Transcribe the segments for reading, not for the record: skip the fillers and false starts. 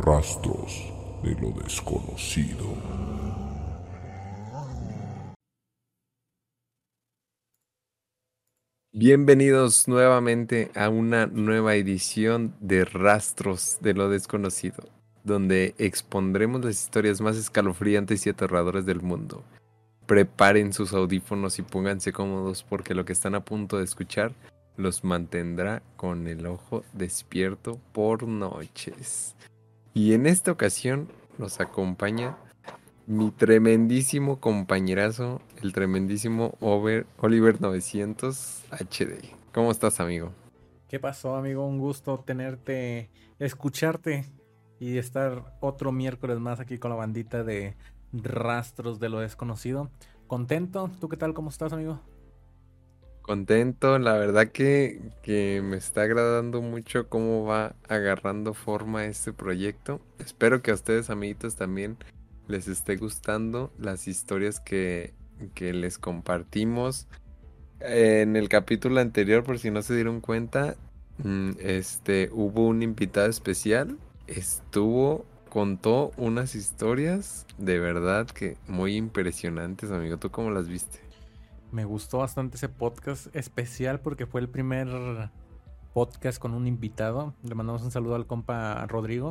Rastros de lo desconocido. Bienvenidos nuevamente a una nueva edición de Rastros de lo Desconocido, donde expondremos las historias más escalofriantes y aterradoras del mundo. Preparen sus audífonos y pónganse cómodos porque lo que están a punto de escuchar los mantendrá con el ojo despierto por noches. Y en esta ocasión nos acompaña mi tremendísimo compañerazo, el tremendísimo Oliver 900 HD. ¿Cómo estás, amigo? ¿Qué pasó, amigo? Un gusto tenerte, escucharte y estar otro miércoles más aquí con la bandita de Rastros de lo Desconocido. ¿Contento? ¿Tú qué tal? ¿Cómo estás, amigo? Contento, la verdad que me está agradando mucho cómo va agarrando forma este proyecto. Espero que a ustedes, amiguitos, también les esté gustando las historias que les compartimos. En el capítulo anterior, por si no se dieron cuenta, hubo un invitado especial. Contó unas historias de verdad que muy impresionantes, amigo. ¿Tú cómo las viste? Me gustó bastante ese podcast especial porque fue el primer podcast con un invitado. Le mandamos un saludo al compa Rodrigo.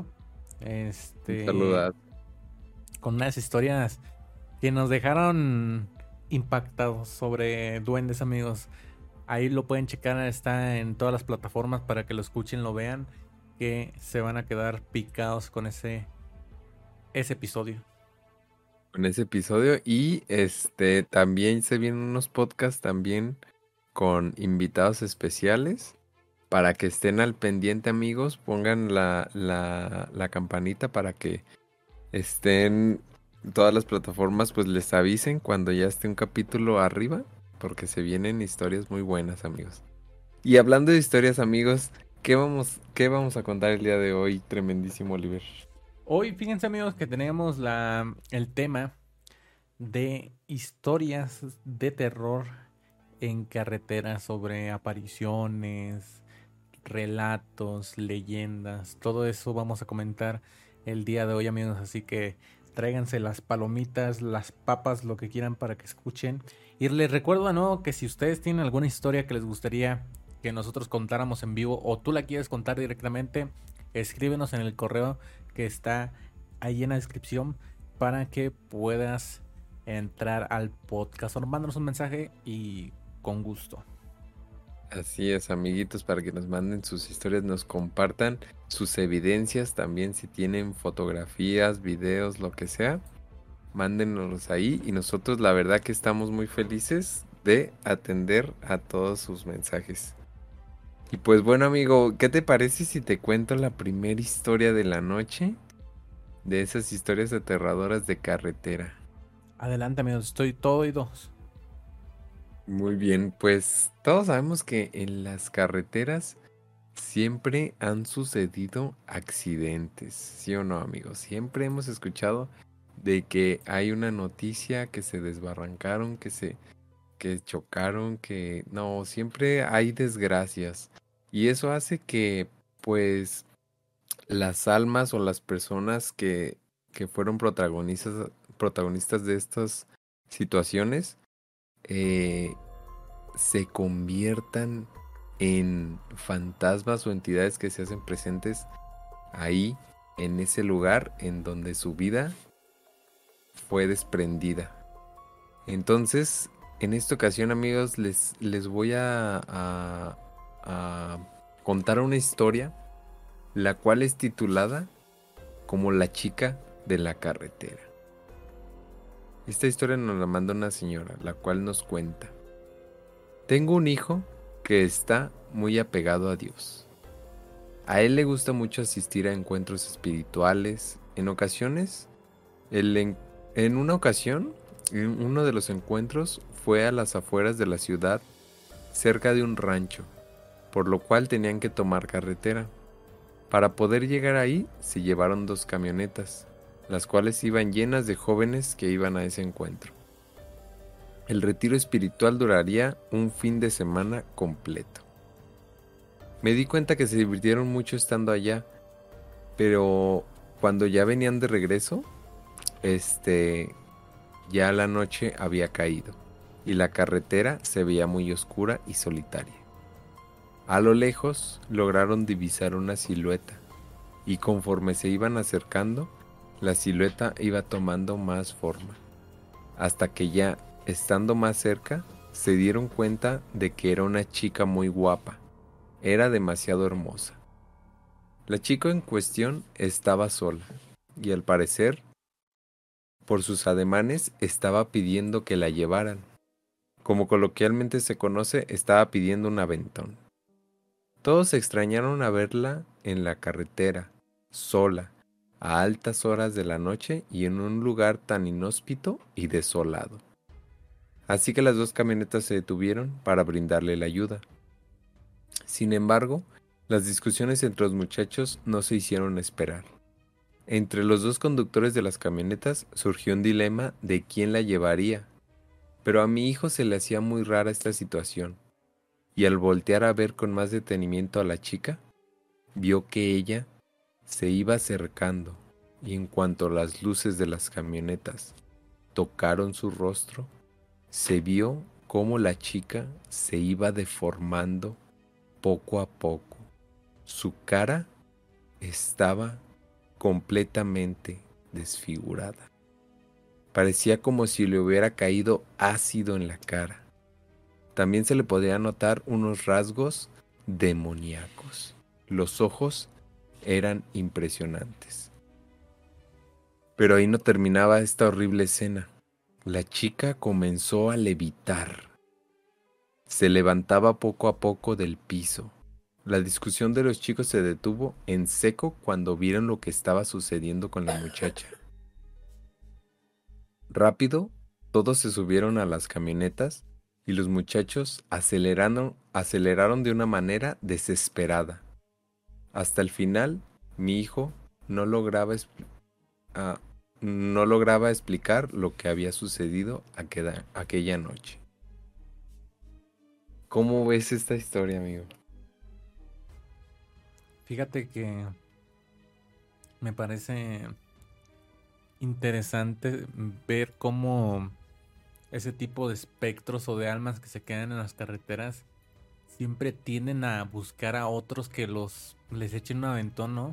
Un saludo. Con unas historias que nos dejaron impactados sobre duendes, amigos. Ahí lo pueden checar, está en todas las plataformas para que lo escuchen, lo vean, que se van a quedar picados con ese episodio. Con ese episodio y también se vienen unos podcasts también con invitados especiales para que estén al pendiente, amigos. Pongan la campanita para que estén todas las plataformas, pues les avisen cuando ya esté un capítulo arriba, porque se vienen historias muy buenas, amigos. Y hablando de historias, amigos, ¿qué vamos a contar el día de hoy, tremendísimo Oliver? Hoy fíjense, amigos, que tenemos el tema de historias de terror en carretera, sobre apariciones, relatos, leyendas, todo eso vamos a comentar el día de hoy, amigos, así que tráiganse las palomitas, las papas, lo que quieran para que escuchen. Y les recuerdo de nuevo que si ustedes tienen alguna historia que les gustaría que nosotros contáramos en vivo o tú la quieres contar directamente, escríbenos en el correo que está ahí en la descripción para que puedas entrar al podcast o mándanos un mensaje y con gusto. Así es, amiguitos, para que nos manden sus historias, nos compartan sus evidencias también, si tienen fotografías, videos, lo que sea, mándennos ahí y nosotros la verdad que estamos muy felices de atender a todos sus mensajes. Y pues bueno, amigo, ¿qué te parece si te cuento la primera historia de la noche? De esas historias aterradoras de carretera. Adelante, amigos, estoy todo oídos. Muy bien, pues todos sabemos que en las carreteras siempre han sucedido accidentes, ¿sí o no, amigos? Siempre hemos escuchado de que hay una noticia que se desbarrancaron, que chocaron, que no, siempre hay desgracias. Y eso hace que, pues, las almas o las personas que fueron protagonistas de estas situaciones, eh, se conviertan en fantasmas o entidades que se hacen presentes ahí, en ese lugar en donde su vida fue desprendida. Entonces, en esta ocasión, amigos, les voy a contar una historia, la cual es titulada como La chica de la carretera. Esta historia nos la manda una señora, la cual nos cuenta: tengo un hijo que está muy apegado a Dios. A él le gusta mucho asistir a encuentros espirituales. En ocasiones, en una ocasión, en uno de los encuentros fue a las afueras de la ciudad, cerca de un rancho, por lo cual tenían que tomar carretera. Para poder llegar ahí, se llevaron 2 camionetas, las cuales iban llenas de jóvenes que iban a ese encuentro. El retiro espiritual duraría un fin de semana completo. Me di cuenta que se divirtieron mucho estando allá, pero Cuando ya venían de regreso, este, ya la noche había caído y la carretera se veía muy oscura y solitaria. A lo lejos lograron divisar una silueta y conforme se iban acercando, la silueta iba tomando más forma, hasta que ya, estando más cerca, se dieron cuenta de que era una chica muy guapa. Era demasiado hermosa. La chica en cuestión estaba sola y al parecer, por sus ademanes, estaba pidiendo que la llevaran. Como coloquialmente se conoce, estaba pidiendo un aventón. Todos se extrañaron a verla en la carretera, sola, a altas horas de la noche y en un lugar tan inhóspito y desolado. Así que las dos camionetas se detuvieron para brindarle la ayuda. Sin embargo, las discusiones entre los muchachos no se hicieron esperar. Entre los dos conductores de las camionetas surgió un dilema de quién la llevaría, pero a mi hijo se le hacía muy rara esta situación, y al voltear a ver con más detenimiento a la chica, vio que ella se iba acercando, y en cuanto las luces de las camionetas tocaron su rostro, se vio cómo la chica se iba deformando poco a poco. Su cara estaba completamente desfigurada. Parecía como si le hubiera caído ácido en la cara. También se le podía notar unos rasgos demoníacos. Los ojos eran impresionantes. Pero ahí no terminaba esta horrible escena. La chica comenzó a levitar. Se levantaba poco a poco del piso. La discusión de los chicos se detuvo en seco cuando vieron lo que estaba sucediendo con la muchacha. Rápido, todos se subieron a las camionetas y los muchachos aceleraron de una manera desesperada. Hasta el final, mi hijo no lograba, ah, no lograba explicar lo que había sucedido aquella noche. ¿Cómo ves esta historia, amigo? Fíjate que me parece interesante ver cómo ese tipo de espectros o de almas que se quedan en las carreteras siempre tienden a buscar a otros que les echen un aventón, ¿no?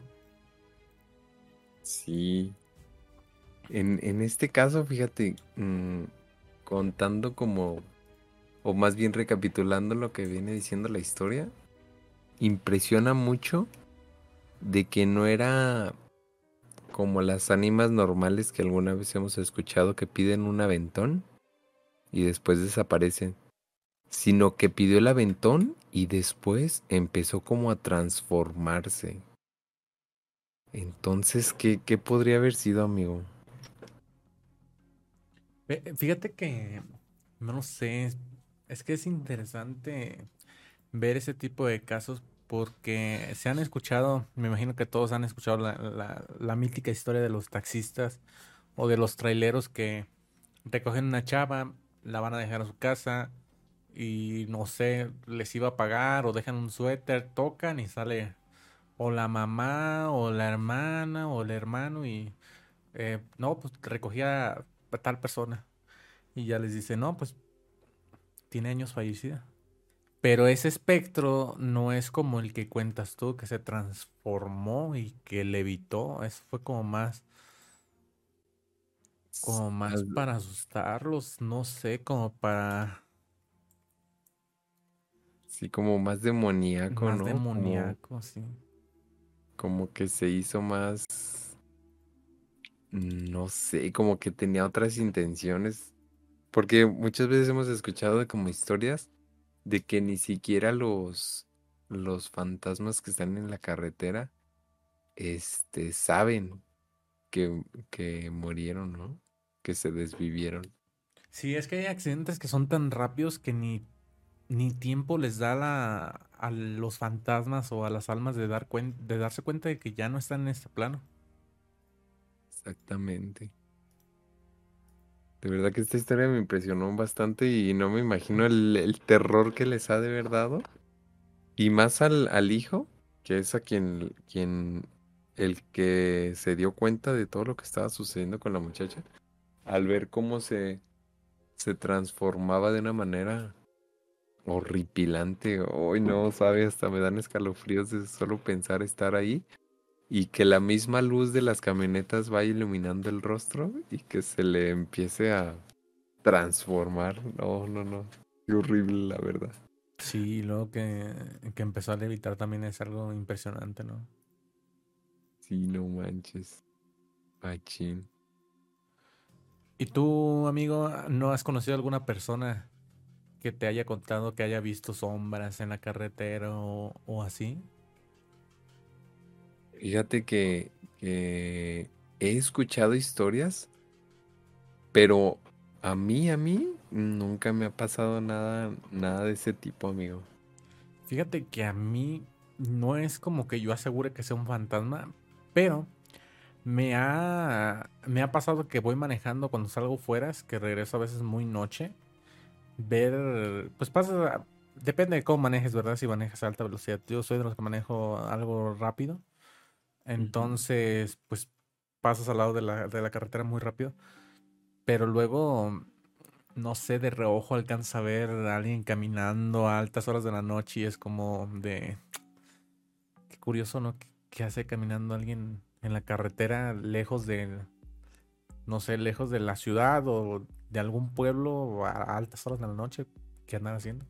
Sí. En este caso, fíjate, contando como, o más bien recapitulando lo que viene diciendo la historia, impresiona mucho de que no era como las ánimas normales que alguna vez hemos escuchado que piden un aventón y después desaparecen, sino que pidió el aventón y después empezó como a transformarse. Entonces, ¿qué podría haber sido, amigo? Fíjate que, no lo sé, es que es interesante ver ese tipo de casos porque se han escuchado, me imagino que todos han escuchado la mítica historia de los taxistas o de los traileros que recogen una chava, la van a dejar a su casa y no sé, les iba a pagar o dejan un suéter, tocan y sale o la mamá o la hermana o el hermano y no, pues recogía a tal persona y ya les dice, no, pues tiene años fallecida. Pero ese espectro no es como el que cuentas tú, que se transformó y que levitó. Eso fue como más Al- para asustarlos, no sé, como para Sí, como más demoníaco, más ¿no? demoníaco, sí. Como que se hizo más, no sé, como que tenía otras intenciones. Porque muchas veces hemos escuchado de como historias de que ni siquiera los fantasmas que están en la carretera, saben que murieron, ¿no? Que se desvivieron. Sí, es que hay accidentes que son tan rápidos que ni tiempo les da a los fantasmas o a las almas de darse cuenta de que ya no están en este plano. Exactamente. De verdad que esta historia me impresionó bastante y no me imagino el terror que les ha de haber dado. Y más al hijo, que es a quien el que se dio cuenta de todo lo que estaba sucediendo con la muchacha, al ver cómo se transformaba de una manera horripilante. Hoy no, sabe, hasta me dan escalofríos de solo pensar estar ahí y que la misma luz de las camionetas vaya iluminando el rostro y que se le empiece a transformar. No, no, no. Qué horrible, la verdad. Sí, luego que empezó a levitar también es algo impresionante, ¿no? Sí, no manches. Machín. ¿Y tú, amigo, no has conocido alguna persona que te haya contado que haya visto sombras en la carretera o así? Fíjate que he escuchado historias, pero a mí, nunca me ha pasado nada de ese tipo, amigo. Fíjate que a mí no es como que yo asegure que sea un fantasma, pero me ha pasado que voy manejando cuando salgo fuera, es que regreso a veces muy noche, ver, pues pasa, depende de cómo manejes, ¿verdad? Si manejas a alta velocidad. Yo soy de los que manejo algo rápido, Ujú. entonces, pues pasas al lado de la carretera muy rápido, pero luego, no sé, de reojo alcanza a ver a alguien caminando a altas horas de la noche y es como de, qué curioso, ¿no? ¿Qué hace caminando alguien en la carretera lejos de, no sé, lejos de la ciudad o de algún pueblo a altas horas de la noche? ¿Qué andan haciendo?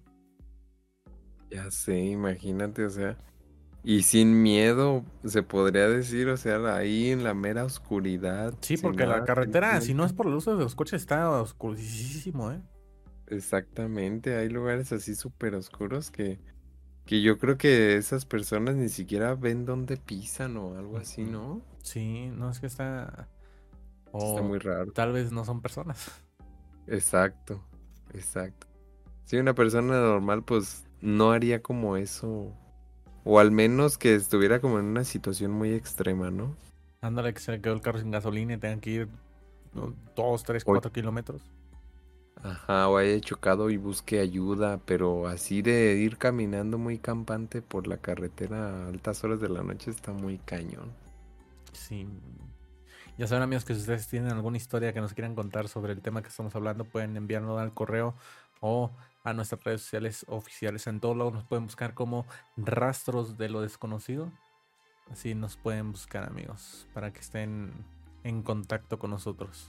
Ya sé, imagínate, o sea, y sin miedo, se podría decir, o sea, ahí en la mera oscuridad, Sí, sin porque la nada, carretera, si no simplemente. es por el uso de los coches, está oscurísimo, ¿eh? Exactamente, hay lugares así súper oscuros que yo creo que esas personas ni siquiera ven dónde pisan o algo así, Ujú. ¿no? Sí, no es que está... Sí, está O muy raro. tal vez no son personas. Exacto, exacto. Si una persona normal, pues no haría como eso, o al menos que estuviera como en una situación muy extrema, ¿no? Ándale, que se le quedó el carro sin gasolina y tengan que ir, ¿no?, 2, 3, O, 4 kilómetros. ajá, o haya chocado y busque ayuda, pero así de ir caminando muy campante por la carretera a altas horas de la noche está muy cañón. Sí. Ya saben, amigos, que si ustedes tienen alguna historia que nos quieran contar sobre el tema que estamos hablando, pueden enviarlo al correo o a nuestras redes sociales oficiales. En todos lados nos pueden buscar como Rastros de lo Desconocido. Así nos pueden buscar, amigos, para que estén en contacto con nosotros.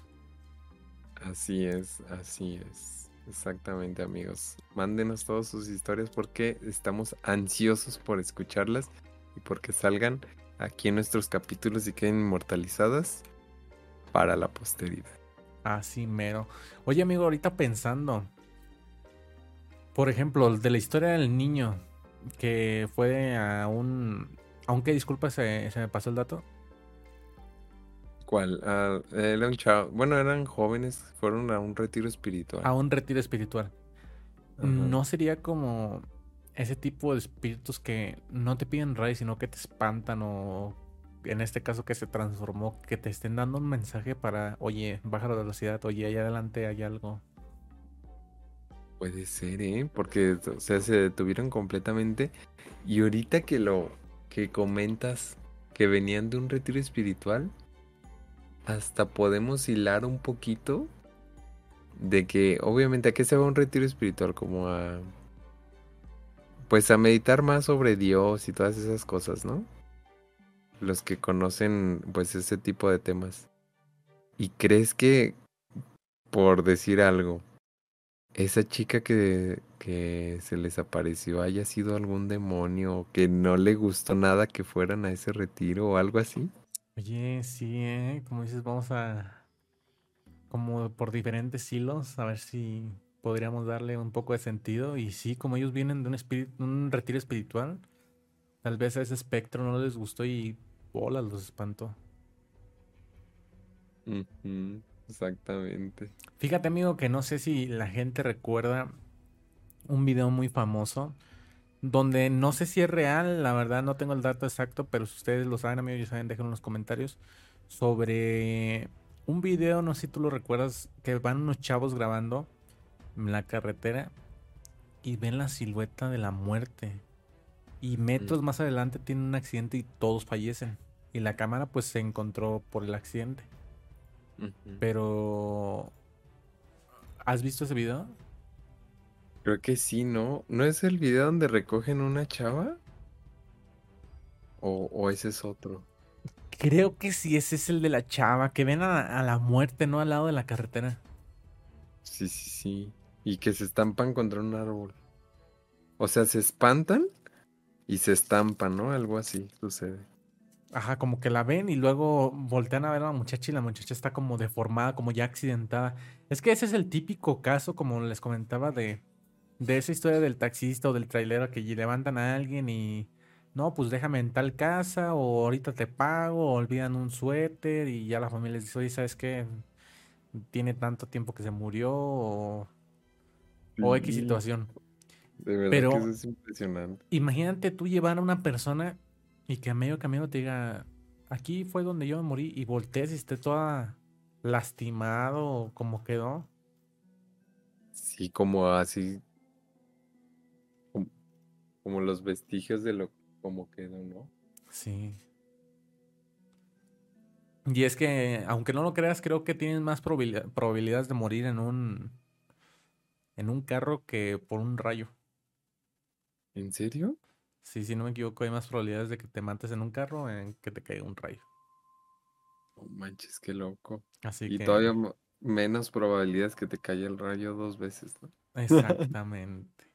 Así es, así es. Exactamente, amigos. Mándenos todas sus historias porque estamos ansiosos por escucharlas y porque salgan aquí en nuestros capítulos y queden inmortalizadas para la posteridad. Así mero. Oye, amigo, ahorita pensando, por ejemplo, el de la historia del niño que fue a un... Aunque disculpa, se me pasó el dato. ¿Cuál? Ah, era un chavo. Bueno, eran jóvenes, fueron a un retiro espiritual. A un retiro espiritual. Ajá. ¿No sería como ese tipo de espíritus que no te piden rey, sino que te espantan o en este caso que se transformó, que te estén dando un mensaje para, oye, baja la velocidad, oye, allá adelante hay algo? Puede ser, ¿eh? Porque, o sea, se detuvieron completamente. Y ahorita que lo que comentas que venían de un retiro espiritual, hasta podemos hilar un poquito de que, obviamente, ¿a qué se va un retiro espiritual? Como a, pues a meditar más sobre Dios y todas esas cosas, ¿no? Los que conocen, pues, ese tipo de temas. ¿Y crees que, por decir algo, esa chica que se les apareció haya sido algún demonio o que no le gustó nada que fueran a ese retiro o algo así? Oye, sí, como dices, vamos a, como por diferentes hilos, a ver si podríamos darle un poco de sentido. Y sí, como ellos vienen de un retiro espiritual, tal vez a ese espectro no les gustó y bolas los espantó. Ujú, exactamente. Fíjate, amigo, que no sé si la gente recuerda un video muy famoso donde no sé si es real, la verdad no tengo el dato exacto, pero si ustedes lo saben, amigos, ya saben, déjenlo en los comentarios, sobre un video, no sé si tú lo recuerdas, que van unos chavos grabando en la carretera y ven la silueta de la muerte. Y Mm. metros más adelante tienen un accidente y todos fallecen. y la cámara pues se encontró por el accidente. Ujú. Pero ¿has visto ese video? Creo que sí, ¿no? ¿No es el video donde recogen una chava? ¿O ese es otro? Creo que sí, ese es el de la chava, que ven a la muerte, ¿no? Al lado de la carretera. Sí, sí, sí. Y que se estampan contra un árbol. O sea, se espantan y se estampan, ¿no? Algo así sucede. Ajá, como que la ven y luego voltean a ver a la muchacha y la muchacha está como deformada, como ya accidentada. Es que ese es el típico caso, como les comentaba, de esa historia del taxista o del trailero que levantan a alguien y no, pues déjame en tal casa o ahorita te pago o olvidan un suéter y ya la familia les dice, oye, ¿sabes qué? Tiene tanto tiempo que se murió o X Sí, situación. de verdad que eso Pero es impresionante. imagínate tú llevar a una persona y que a medio camino te diga, aquí fue donde yo me morí y voltees y esté toda lastimado o como quedó. Sí, como así, como, como los vestigios de lo como quedó, ¿no? Sí. Y es que, aunque no lo creas, creo que tienes más probabilidades de morir en un carro que por un rayo. ¿En serio? Sí, si no me equivoco, hay más probabilidades de que te mates en un carro en que te caiga un rayo. No manches, qué loco. Así Y que, todavía menos probabilidades que te caiga el rayo dos veces, ¿no? exactamente.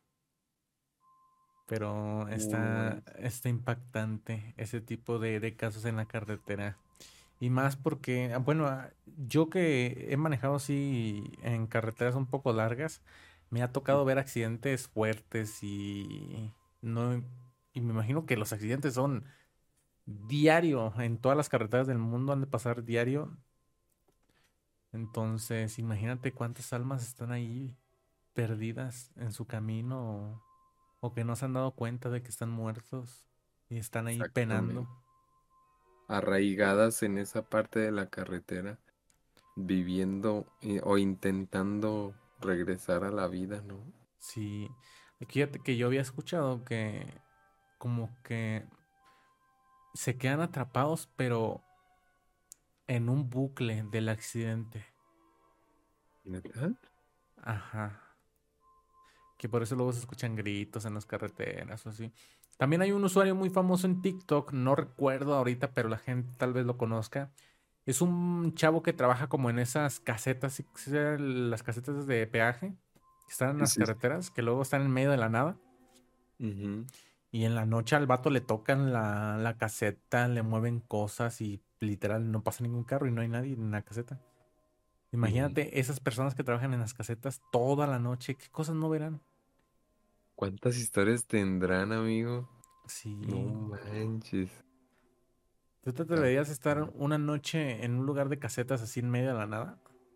Pero No está impactante ese tipo de casos en la carretera. Y más porque, bueno, yo que he manejado así en carreteras un poco largas, me ha tocado ver accidentes fuertes y no, y me imagino que los accidentes son diario en todas las carreteras del mundo, han de pasar diario. Entonces, imagínate cuántas almas están ahí perdidas en su camino o que no se han dado cuenta de que están muertos y están ahí penando. exactamente. Arraigadas en esa parte de la carretera, viviendo o intentando regresar a la vida, ¿no? Sí, fíjate que yo había escuchado que como que se quedan atrapados, pero en un bucle del accidente. ¿Neta? Ajá. Que por eso luego se escuchan gritos en las carreteras o así. También hay un usuario muy famoso en TikTok, no recuerdo ahorita, pero la gente tal vez lo conozca. Es un chavo que trabaja como en esas casetas, ¿sí? Las casetas de peaje que están en Sí, las sí, sí. carreteras, que luego están en medio de la nada. Ujú. Y en la noche al vato le tocan la caseta, le mueven cosas y literal no pasa ningún carro y no hay nadie en la caseta. No. Imagínate esas personas que trabajan en las casetas toda la noche, ¿qué cosas no verán? ¿Cuántas historias tendrán, amigo? No Sí. manches. ¿Tú te Ah, atreverías a estar una noche en un lugar de casetas así en medio de la nada?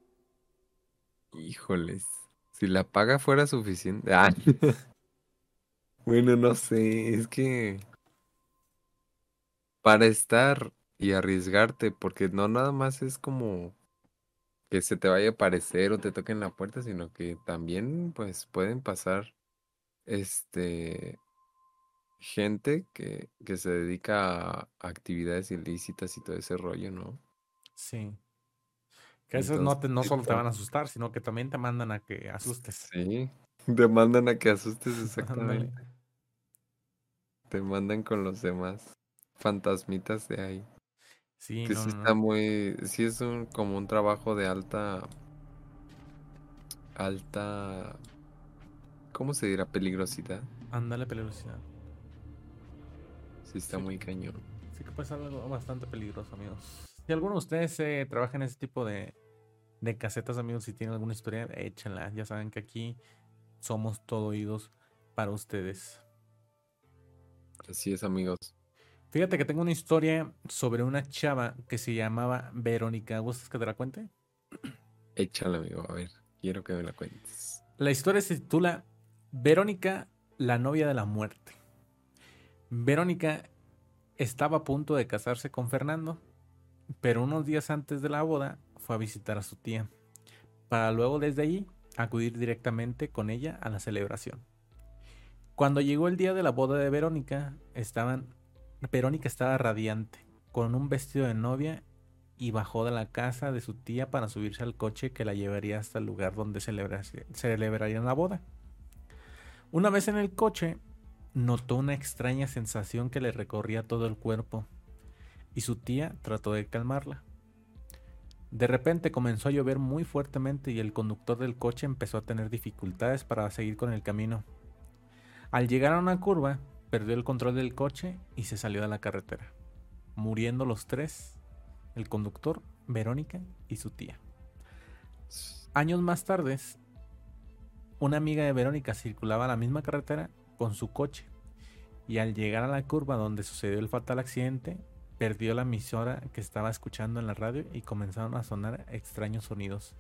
híjoles. Si la paga fuera suficiente. Ah, bueno, no sé. Es que para estar y arriesgarte, porque no nada más es como que se te vaya a aparecer o te toquen la puerta, sino que también pues pueden pasar este gente que se dedica a actividades ilícitas y todo ese rollo, ¿no? Sí. Que esas Entonces, no sí, solo te van a asustar, sino que también te mandan a que asustes. sí, te mandan a que asustes Ándale. exactamente. Te mandan con los demás fantasmitas de ahí. Sí, Que no, sí no, está no. muy, sí es un como un trabajo de alta, ¿cómo se dirá? Peligrosidad. Ándale, peligrosidad. Sí está Sí, muy cañón. sí que puede ser algo bastante peligroso, amigos. Si alguno de ustedes trabaja en ese tipo de casetas, amigos, si tienen alguna historia, échenla. Ya saben que aquí somos todo oídos para ustedes. Así es, amigos. Fíjate que tengo una historia sobre una chava que se llamaba Verónica. ¿Gustas que te la cuente? Échale, amigo. A ver, quiero que me la cuentes. La historia se titula Verónica, la novia de la muerte. Verónica estaba a punto de casarse con Fernando, pero unos días antes de la boda fue a visitar a su tía, para luego desde allí acudir directamente con ella a la celebración. Cuando llegó el día de la boda de Verónica, Verónica estaba radiante. con un vestido de novia y bajó de la casa de su tía para subirse al coche que la llevaría hasta el lugar donde celebrarían la boda. Una vez en el coche, notó una extraña sensación que le recorría todo el cuerpo y su tía trató de calmarla. De repente comenzó a llover muy fuertemente y el conductor del coche empezó a tener dificultades para seguir con el camino. Al llegar a una curva, perdió el control del coche y se salió de la carretera, muriendo los tres, el conductor, Verónica y su tía. Años más tarde, una amiga de Verónica circulaba la misma carretera con su coche y al llegar a la curva donde sucedió el fatal accidente, perdió la emisora que estaba escuchando en la radio y comenzaron a sonar extraños sonidos.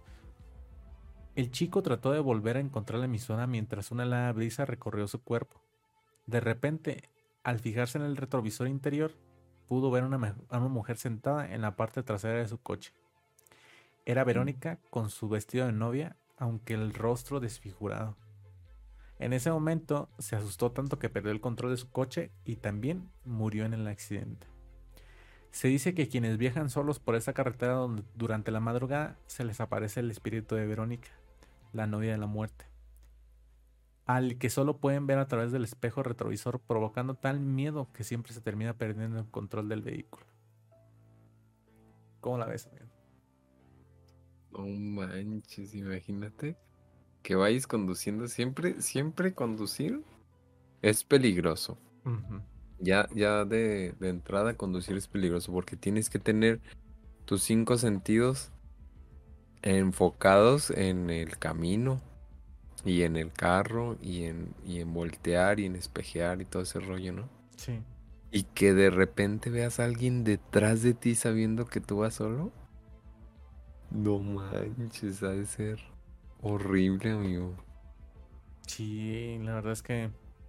El chico trató de volver a encontrar la emisora mientras una helada brisa recorrió su cuerpo. De repente, al fijarse en el retrovisor interior, pudo ver a una mujer sentada en la parte trasera de su coche. Era Verónica con su vestido de novia, aunque el rostro desfigurado. En ese momento se asustó tanto que perdió el control de su coche y también murió en el accidente. Se dice que quienes viajan solos por esa carretera durante la madrugada se les aparece el espíritu de Verónica, la novia de la muerte, al que solo pueden ver a través del espejo retrovisor, provocando tal miedo que siempre se termina perdiendo el control del vehículo. ¿Cómo la ves, amigo? No manches, imagínate que vayas conduciendo. Siempre conducir es peligroso. Uh-huh. Ya de entrada conducir es peligroso porque tienes que tener tus 5 sentidos enfocados en el camino y en el carro y en voltear y en espejear y todo ese rollo, ¿no? Sí. Y que de repente veas a alguien detrás de ti sabiendo que tú vas solo. No manches, ha de ser horrible, amigo. Sí, la verdad es que...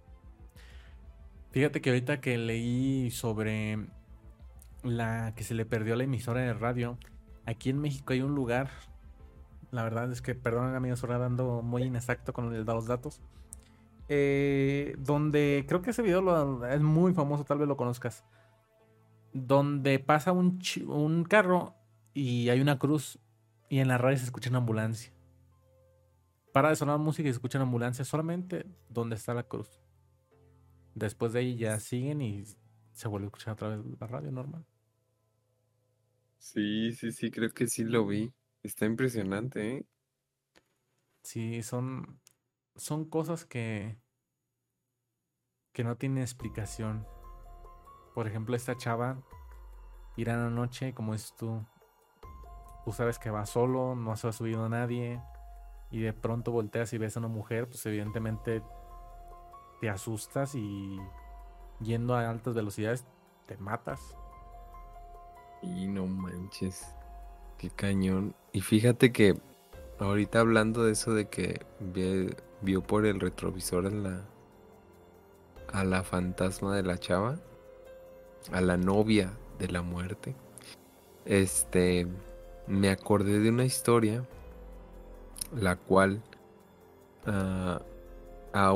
Fíjate que ahorita que leí sobre la que se le perdió la emisora de radio, aquí en México hay un lugar, la verdad es que, perdón amigos, ahora dando muy inexacto con los datos, donde creo que ese video es muy famoso, tal vez lo conozcas, donde pasa un carro y hay una cruz y en la radio se escucha una ambulancia. Para de sonar música y se escucha una ambulancia solamente donde está la cruz. Después de ahí ya siguen y se vuelve a escuchar otra vez la radio normal. Sí, creo que sí lo vi. Está impresionante, ¿eh? Sí, son cosas que no tienen explicación. Por ejemplo, esta chava irá en la noche, como dices tú sabes que va solo, no se ha subido a nadie, y de pronto volteas y ves a una mujer, pues evidentemente te asustas y yendo a altas velocidades te matas. Y no manches, qué cañón. Y fíjate que ahorita hablando de eso de que vio por el retrovisor a la fantasma de la chava, a la novia de la muerte, me acordé de una historia la cual a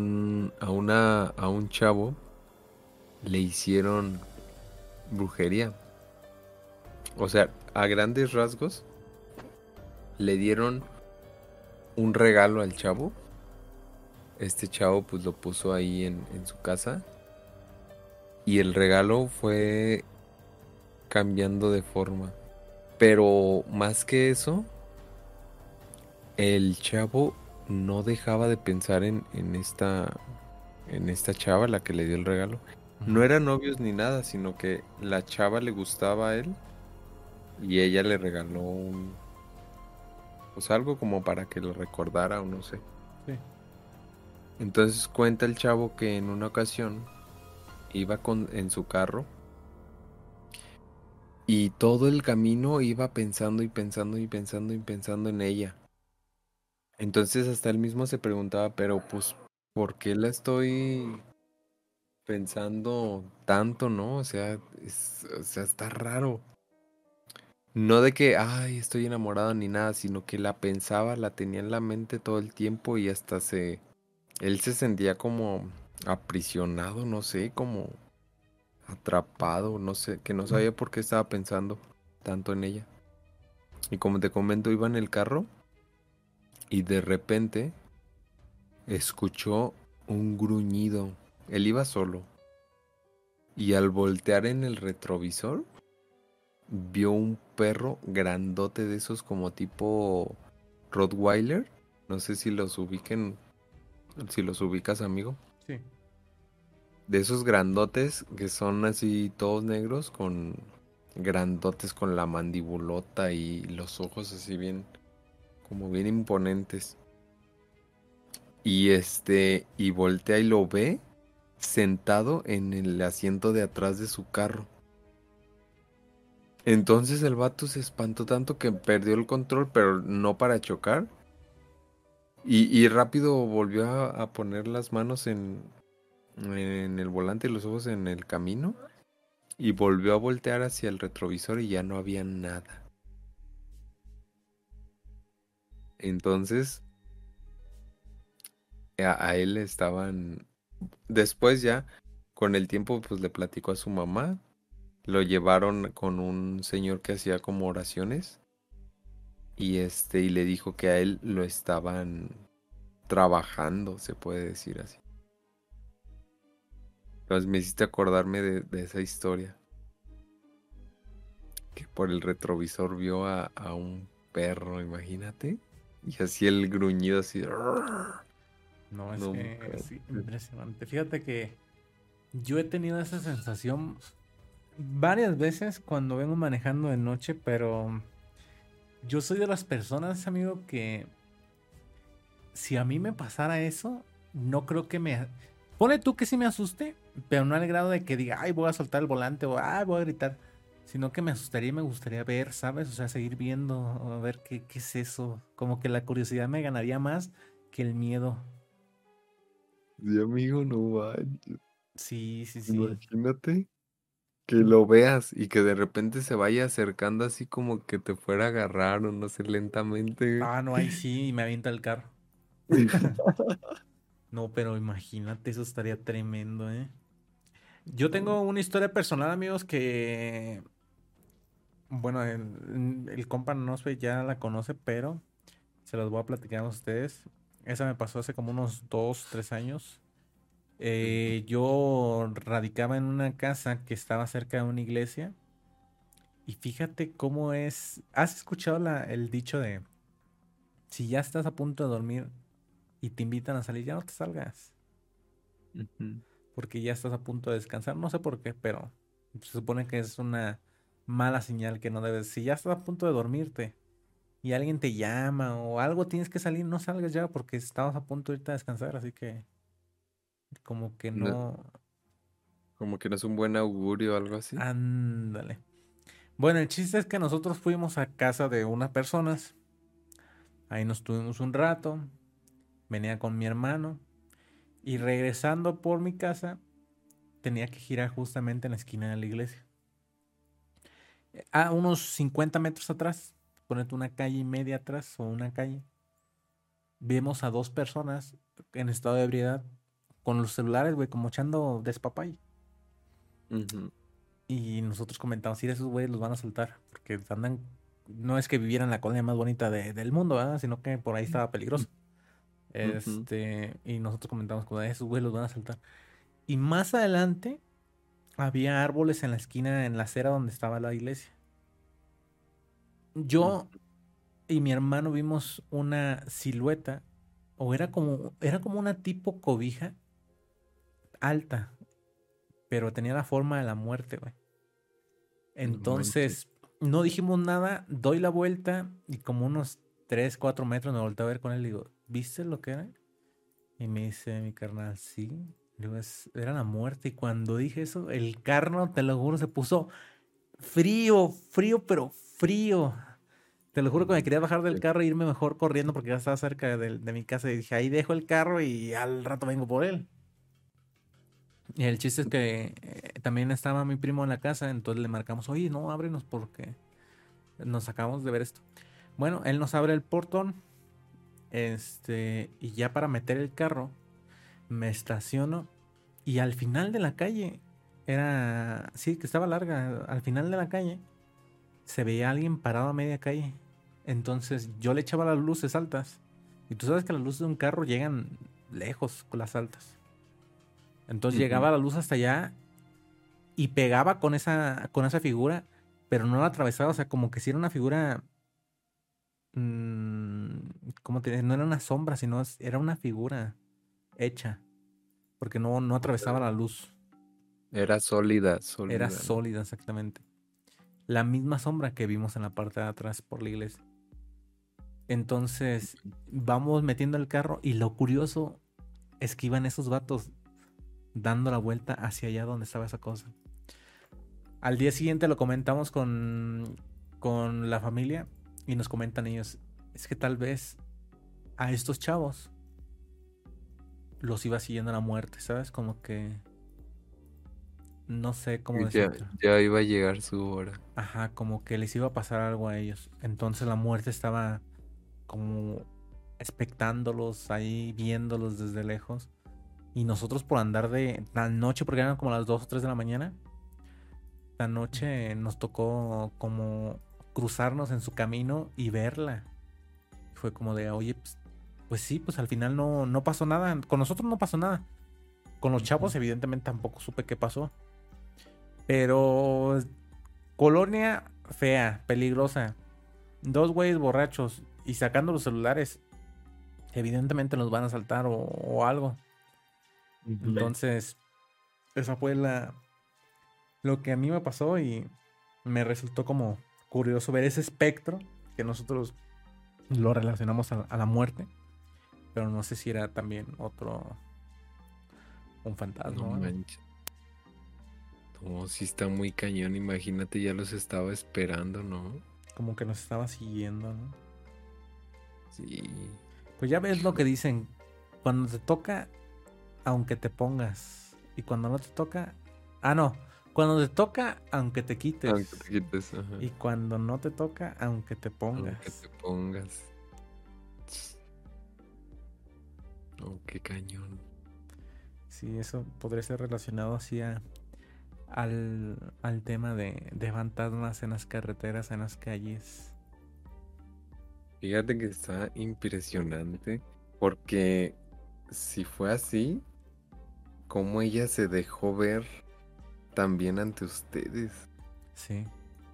un chavo le hicieron brujería. O sea, a grandes rasgos le dieron un regalo al chavo. Este chavo pues lo puso ahí en su casa. Y el regalo fue cambiando de forma. Pero más que eso, el chavo no dejaba de pensar en esta chava, la que le dio el regalo. No eran novios ni nada, sino que la chava le gustaba a él y ella le regaló pues algo como para que lo recordara o no sé. Sí. Entonces cuenta el chavo que en una ocasión iba en su carro y todo el camino iba pensando y pensando y pensando y pensando en ella. Entonces hasta él mismo se preguntaba, pero pues, ¿por qué la estoy pensando tanto, no? O sea, está raro. No de que, ay, estoy enamorado ni nada, sino que la pensaba, la tenía en la mente todo el tiempo y hasta él se sentía como aprisionado, no sé, como atrapado, no sé, que no sabía por qué estaba pensando tanto en ella. Y como te comento, iba en el carro y de repente escuchó un gruñido. Él iba solo y al voltear en el retrovisor vio un perro grandote de esos como tipo Rottweiler. No sé si los ubiquen, si los ubicas, amigo. Sí. De esos grandotes que son así todos negros con grandotes con la mandibulota y los ojos así bien como bien imponentes. Y voltea y lo ve sentado en el asiento de atrás de su carro. Entonces el vato se espantó tanto que perdió el control, pero no para chocar. Y rápido volvió a poner las manos en el volante y los ojos en el camino. Y volvió a voltear hacia el retrovisor y ya no había nada. Entonces a él estaban... Después ya, con el tiempo, pues le platicó a su mamá. Lo llevaron con un señor que hacía como oraciones. Y le dijo que a él lo estaban trabajando, se puede decir así. Entonces me hiciste acordarme de esa historia. Que por el retrovisor vio a un perro, imagínate. Y así el gruñido así. No, es No que manches. es impresionante. Fíjate que yo he tenido esa sensación varias veces cuando vengo manejando de noche, pero yo soy de las personas, amigo, que si a mí me pasara eso, no creo que me... Pone tú que sí me asuste, pero no al grado de que diga, ay, voy a soltar el volante o ay, voy a gritar, sino que me asustaría y me gustaría ver, ¿sabes? O sea, seguir viendo, a ver qué es eso. Como que la curiosidad me ganaría más que el miedo. Sí, amigo, no manches. Sí, sí, sí. Imagínate que lo veas y que de repente se vaya acercando así como que te fuera a agarrar o no sé, lentamente. Ah, no, ahí sí, y me avienta el carro. No, pero imagínate, eso estaría tremendo, ¿eh? Yo tengo una historia personal, amigos, que, bueno, el compa no sé, ya la conoce, pero se los voy a platicar a ustedes. Esa me pasó hace como unos 2, 3 años. Yo radicaba en una casa que estaba cerca de una iglesia y fíjate cómo es. ¿Has escuchado el dicho de si ya estás a punto de dormir y te invitan a salir, ya no te salgas? Ujú. Porque ya estás a punto de descansar. No sé por qué, pero se supone que es una mala señal que no debes. Si ya estás a punto de dormirte y alguien te llama o algo tienes que salir, no salgas ya porque estabas a punto de irte a descansar. Así que como que No, no. como que no es un buen augurio o algo así. Ándale. Bueno, el chiste es que nosotros fuimos a casa de unas personas. Ahí nos tuvimos un rato. Venía con mi hermano. Y regresando por mi casa, tenía que girar justamente en la esquina de la iglesia. A unos 50 metros atrás, ponete una calle y media atrás o una calle, vemos a dos personas en estado de ebriedad con los celulares, güey, como echando despapay. Ujú, Y nosotros comentamos, si esos güeyes los van a soltar, porque andan, no es que vivieran en la colonia más bonita del mundo, ¿verdad? Sino que por ahí estaba peligroso. ujú. Y nosotros comentamos, como esos güeyes los van a saltar. Y más adelante había árboles en la esquina, en la acera donde estaba la iglesia. Mm. Yo y mi hermano vimos una silueta, o era como una tipo cobija alta, pero tenía la forma de la muerte, güey. No manches. Entonces, no dijimos nada, doy la vuelta y como unos 3 4 metros me volteé a ver con él y digo, ¿viste lo que era? Y me dice mi carnal, sí. Le digo, era la muerte. Y cuando dije eso, el carro, te lo juro, se puso frío, frío, pero frío. Te lo juro que me quería bajar del Sí. carro e irme mejor corriendo porque ya estaba cerca de mi casa. Y dije, ahí dejo el carro y al rato vengo por él. Y el chiste es que también estaba mi primo en la casa, entonces le marcamos, oye, no, ábrenos porque nos acabamos de ver esto. Bueno, él nos abre el portón, y ya para meter el carro, me estaciono y al final de la calle sí, que estaba larga. Al final de la calle se veía alguien parado a media calle. Entonces yo le echaba las luces altas. Y tú sabes que las luces de un carro llegan lejos con las altas. Entonces Ujú. llegaba la luz hasta allá y pegaba con esa figura, pero no la atravesaba. O sea, como que si era una figura. mm, ¿Cómo te diré? No era una sombra, sino era una figura hecha. Porque no atravesaba la luz. Era sólida, Era sólida, ¿no? sólida, exactamente. La misma sombra que vimos en la parte de atrás por la iglesia. Entonces, vamos metiendo el carro y lo curioso es que iban esos vatos dando la vuelta hacia allá donde estaba esa cosa. Al día siguiente lo comentamos con la familia y nos comentan ellos, es que tal vez a estos chavos los iba siguiendo la muerte, ¿sabes? Como que no sé cómo Y ya, decirte. ya iba a llegar su hora. Ajá, como que les iba a pasar algo a ellos. Entonces la muerte estaba como expectándolos ahí, viéndolos desde lejos. Y nosotros por andar de la noche, porque eran como las 2 o 3 de la mañana, la noche nos tocó como cruzarnos en su camino y verla. Fue como de, oye, pues sí, pues al final no pasó nada. Con nosotros no pasó nada. Con los Ujú. chavos evidentemente tampoco supe qué pasó. Pero colonia fea, peligrosa. Dos güeyes borrachos y sacando los celulares. Evidentemente nos van a saltar o algo. Ujú. Entonces, esa fue lo que a mí me pasó y me resultó como curioso ver ese espectro que nosotros lo relacionamos a la muerte, pero no sé si era también un fantasma No o algo. manches. No, sí está muy cañón. Imagínate, ya los estaba esperando, ¿no? Como que nos estaba siguiendo, ¿no? Sí. Pues ya ves lo Hijo, que dicen, cuando te toca, aunque te pongas, y cuando no te toca, no, cuando te toca, aunque te aunque te quites, quites, ajá. y cuando no te toca, aunque te Aunque pongas. te pongas. Oh, qué cañón. Sí, eso podría ser relacionado así al tema de fantasmas en las carreteras, en las calles. Fíjate que está impresionante porque si fue así, cómo ella se dejó ver también ante ustedes. Sí.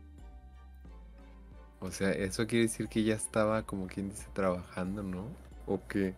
O sea, eso quiere decir que ella estaba como quien dice trabajando, ¿no? O que,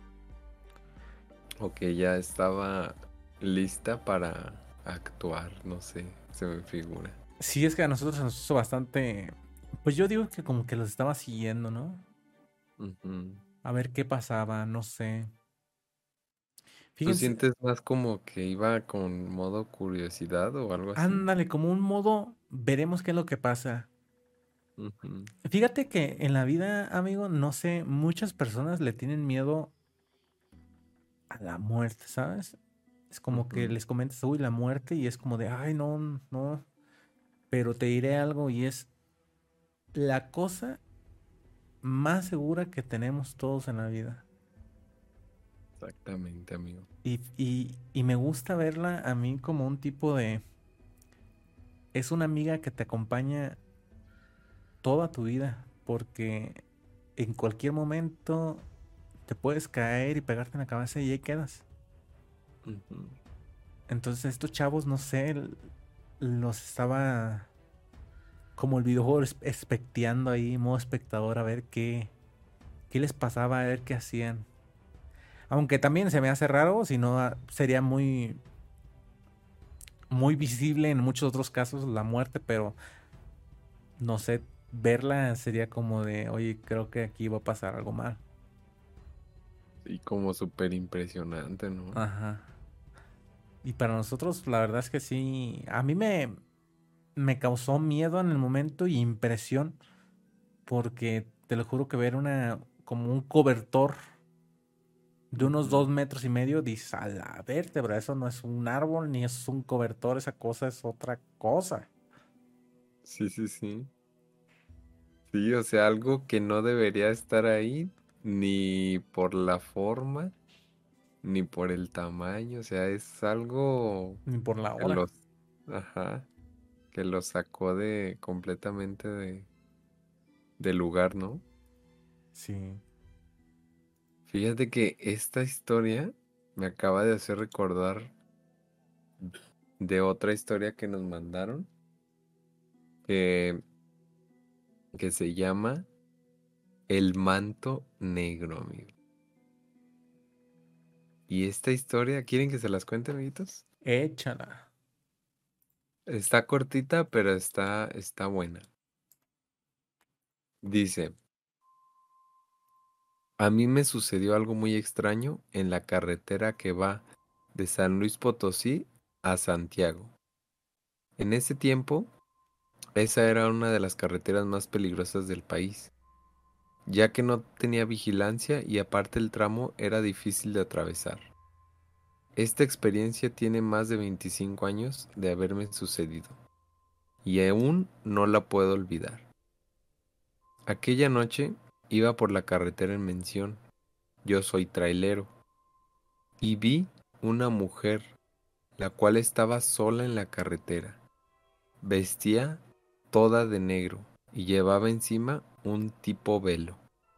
o que ya estaba lista para actuar, no sé, se me figura. Sí, es que a nosotros se nos hizo bastante. Pues yo digo que como que los estaba siguiendo, ¿no? Ujú. A ver qué pasaba, no sé. ¿Tú Fíjense, sientes más como que iba con modo curiosidad o algo así? ándale, como un modo, veremos qué es lo que pasa. Ujú. Fíjate que en la vida, amigo, no sé, muchas personas le tienen miedo a la muerte, ¿sabes? Es como que Ujú. les comentas, uy, la muerte, y es como de, ay, no, no. Pero te diré algo, y es la cosa más segura que tenemos todos en la vida. Exactamente, amigo. Y me gusta verla a mí como un tipo de... Es una amiga que te acompaña toda tu vida, porque en cualquier momento te puedes caer y pegarte en la cabeza y ahí quedas. Ujú. Entonces estos chavos, no sé, los estaba como el videojuego especteando ahí, modo espectador, a ver qué les pasaba, a ver qué hacían. Aunque también se me hace raro, si no sería muy visible en muchos otros casos la muerte, pero no sé, verla sería como de, oye, creo que aquí va a pasar algo mal. Y como súper impresionante, ¿no? Ajá. Y para nosotros, la verdad es que sí, a mí me causó miedo en el momento y impresión, porque te lo juro que ver como un cobertor de unos Ujú. 2,5 metros, dices, a la vértebra, eso no es un árbol ni es un cobertor, esa cosa es otra cosa. Sí, sí, sí. Sí, o sea, algo que no debería estar ahí, ni por la forma, ni por el tamaño, o sea, es algo Ni por la que los, hora. Ajá. Que lo sacó de completamente del lugar, ¿no? Sí. Fíjate que esta historia me acaba de hacer recordar de otra historia que nos mandaron, que, que se llama El manto negro, amigo. Y esta historia, ¿quieren que se las cuente, amiguitos? Échala. Está cortita, pero está buena. Dice, a mí me sucedió algo muy extraño en la carretera que va de San Luis Potosí a Santiago. En ese tiempo, esa era una de las carreteras más peligrosas del país, ya que no tenía vigilancia y aparte el tramo era difícil de atravesar. Esta experiencia tiene más de 25 años de haberme sucedido y aún no la puedo olvidar. Aquella noche iba por la carretera en mención, yo soy trailero, y vi una mujer, la cual estaba sola en la carretera. Vestía toda de negro y llevaba encima un tipo velo.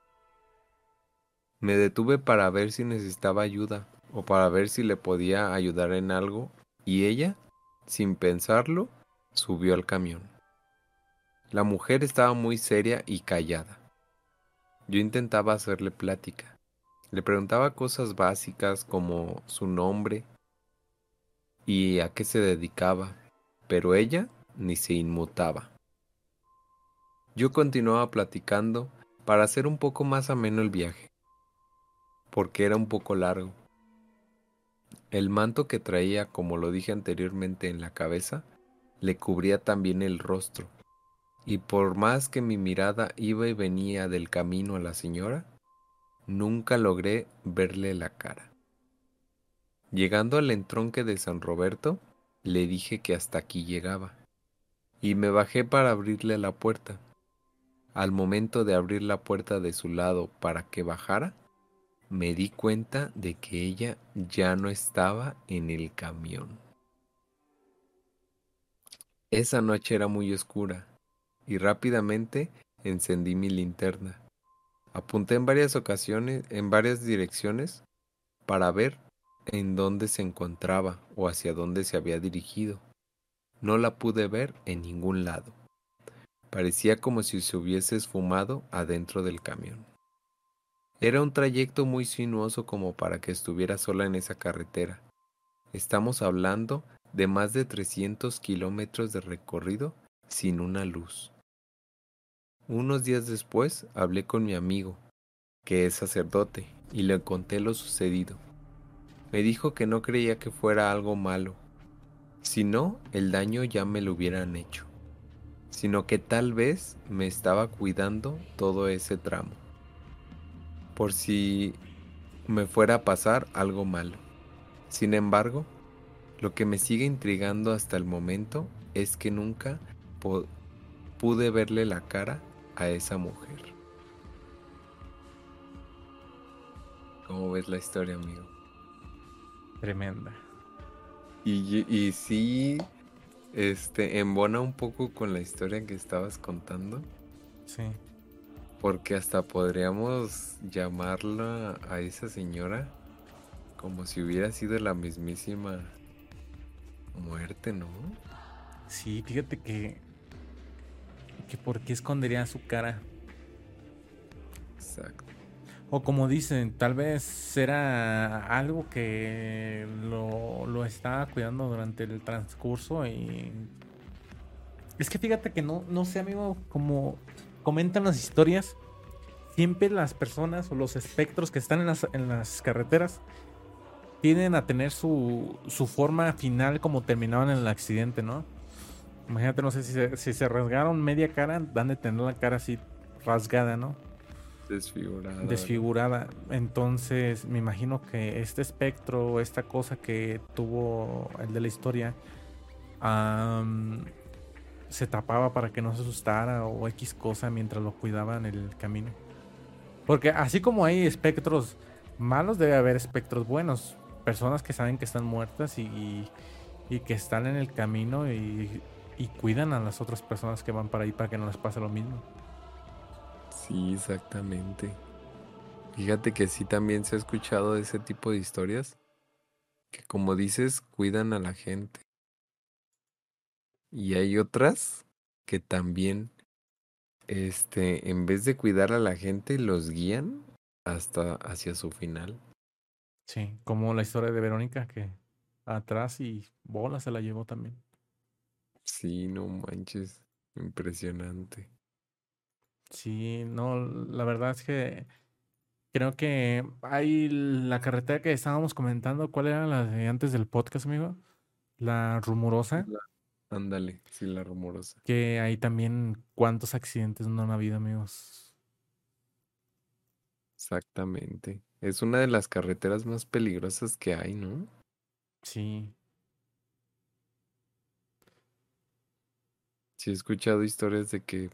Me detuve para ver si necesitaba ayuda o para ver si le podía ayudar en algo y ella, sin pensarlo, subió al camión. La mujer estaba muy seria y callada. Yo intentaba hacerle plática. Le preguntaba cosas básicas como su nombre y a qué se dedicaba, pero ella ni se inmutaba. Yo continuaba platicando para hacer un poco más ameno el viaje, porque era un poco largo. El manto que traía, como lo dije anteriormente en la cabeza, le cubría también el rostro, y por más que mi mirada iba y venía del camino a la señora, nunca logré verle la cara. Llegando al entronque de San Roberto, le dije que hasta aquí llegaba, y me bajé para abrirle la puerta. Al momento de abrir la puerta de su lado para que bajara, me di cuenta de que ella ya no estaba en el camión. Esa noche era muy oscura y rápidamente encendí mi linterna. Apunté en varias ocasiones, en varias direcciones, para ver en dónde se encontraba o hacia dónde se había dirigido. No la pude ver en ningún lado. Parecía como si se hubiese esfumado adentro del camión. Era un trayecto muy sinuoso como para que estuviera sola en esa carretera. Estamos hablando de más de 300 kilómetros de recorrido sin una luz. Unos días después hablé con mi amigo, que es sacerdote, y le conté lo sucedido. Me dijo que no creía que fuera algo malo, si no, el daño ya me lo hubieran hecho, sino que tal vez me estaba cuidando todo ese tramo, por si me fuera a pasar algo malo. Sin embargo, lo que me sigue intrigando hasta el momento es que nunca pude verle la cara a esa mujer. ¿Cómo ves la historia, amigo? Tremenda. Y sí, embona un poco con la historia que estabas contando, Sí. porque hasta podríamos llamarla a esa señora como si hubiera sido la mismísima muerte, ¿no? Sí, fíjate que por qué escondería su cara. Exacto. O como dicen, tal vez era algo que lo estaba cuidando durante el transcurso y... Es que fíjate que no sé, amigo, como comentan las historias, siempre las personas o los espectros que están en las carreteras tienden a tener su forma final como terminaban en el accidente, ¿no? Imagínate, no sé si se rasgaron media cara, dan de tener la cara así rasgada, ¿no? Desfigurada. Desfigurada. Entonces me imagino que este espectro, esta cosa que tuvo el de la historia, se tapaba para que no se asustara o X cosa mientras lo cuidaba en el camino. Porque así como hay espectros malos, debe haber espectros buenos. Personas que saben que están muertas y que están en el camino y cuidan a las otras personas que van para ahí para que no les pase lo mismo. Sí, exactamente. Fíjate que sí también se ha escuchado de ese tipo de historias, que como dices, cuidan a la gente. Y hay otras que también, en vez de cuidar a la gente, los guían hasta hacia su final. Sí, como la historia de Verónica que atrás y bola se la llevó también. Sí, no manches, impresionante. Sí, no, la verdad es que creo que hay la carretera que estábamos comentando, ¿cuál era la de antes del podcast, amigo? La rumorosa, La- Ándale, sí, la rumorosa. que hay también cuántos accidentes no han habido, amigos. Exactamente. Es una de las carreteras más peligrosas que hay, ¿no? Sí, Sí, he escuchado historias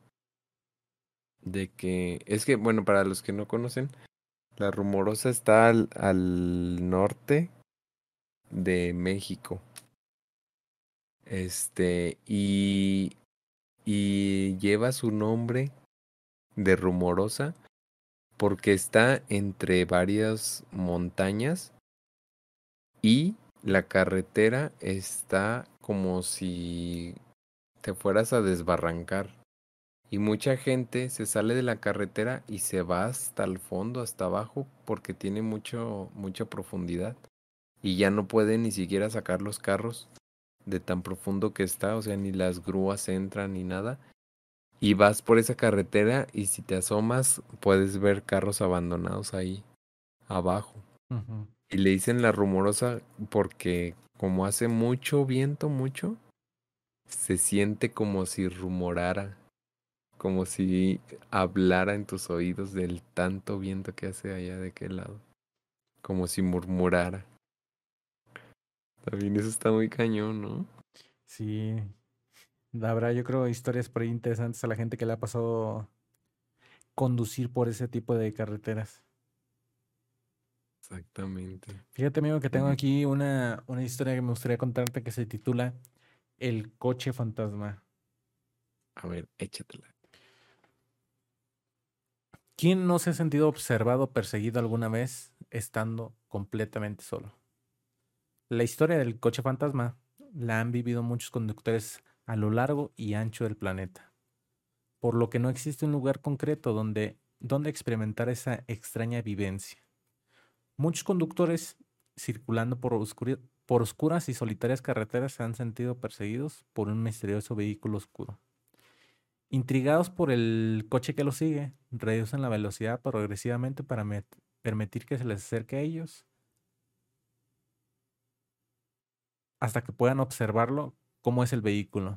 es que, bueno, para los que no conocen, la rumorosa está al norte de México. Este, y, y lleva su nombre de rumorosa porque está entre varias montañas y la carretera está como si te fueras a desbarrancar. Y mucha gente se sale de la carretera y se va hasta el fondo, hasta abajo, porque tiene mucha profundidad. Y ya no puede ni siquiera sacar los carros de tan profundo que está, o sea, ni las grúas entran ni nada. Y vas por esa carretera y si te asomas puedes ver carros abandonados ahí abajo. ujú, Y le dicen la rumorosa porque como hace mucho viento, mucho, se siente como si rumorara, como si hablara en tus oídos del tanto viento que hace allá de aquel lado, como si murmurara. También eso está muy cañón, ¿no? sí. Habrá, yo creo, historias por ahí interesantes a la gente que le ha pasado conducir por ese tipo de carreteras. Exactamente. Fíjate, amigo, que tengo Mm, aquí una historia que me gustaría contarte que se titula El coche fantasma. A ver, échatela. ¿Quién no se ha sentido observado o perseguido alguna vez estando completamente solo? La historia del coche fantasma la han vivido muchos conductores a lo largo y ancho del planeta, por lo que no existe un lugar concreto donde experimentar esa extraña vivencia. Muchos conductores circulando por oscuras y solitarias carreteras se han sentido perseguidos por un misterioso vehículo oscuro. Intrigados por el coche que los sigue, reducen la velocidad progresivamente para permitir que se les acerque a ellos hasta que puedan observarlo cómo es el vehículo.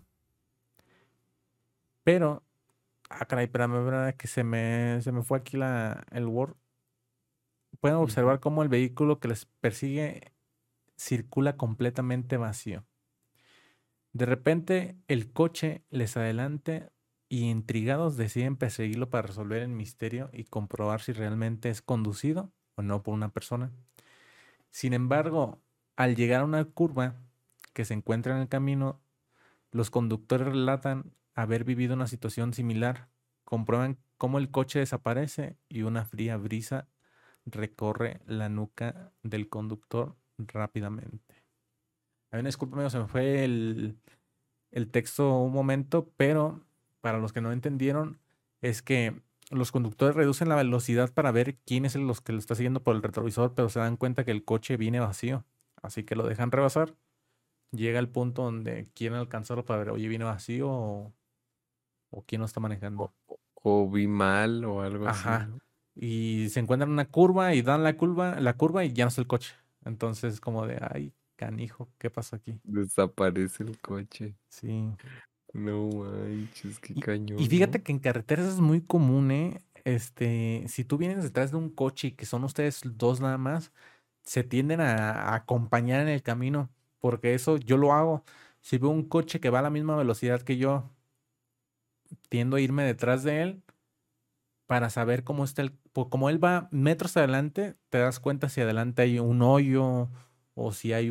Pero, caray, espérame, que se me fue aquí el Word. Pueden Ujú. observar cómo el vehículo que les persigue circula completamente vacío. De repente, el coche les adelante y intrigados deciden perseguirlo para resolver el misterio y comprobar si realmente es conducido o no por una persona. Sin embargo, al llegar a una curva que se encuentra en el camino, los conductores relatan haber vivido una situación similar. Comprueban cómo el coche desaparece y una fría brisa recorre la nuca del conductor rápidamente. Hay una disculpa, amigo, se me fue el texto un momento, pero para los que no entendieron, es que los conductores reducen la velocidad para ver quién es los que lo está siguiendo por el retrovisor, pero se dan cuenta que el coche viene vacío. Así que lo dejan rebasar. Llega al punto donde quieren alcanzarlo para ver, oye, viene vacío o quién lo está O, manejando. o vi mal o algo así, Ajá. ¿no? Y se encuentran una curva y dan la curva y ya no está el coche. Entonces, como de, ay, canijo, ¿qué pasó aquí? Desaparece el coche. Sí. No manches, qué Y cañón, ¿no? fíjate que en carreteras es muy común, ¿eh? Si tú vienes detrás de un coche y que son ustedes dos nada más, se tienden a acompañar en el camino, porque eso yo lo hago. Si veo un coche que va a la misma velocidad que yo, tiendo a irme detrás de él para saber cómo está como él va metros adelante, te das cuenta si adelante hay un hoyo o si hay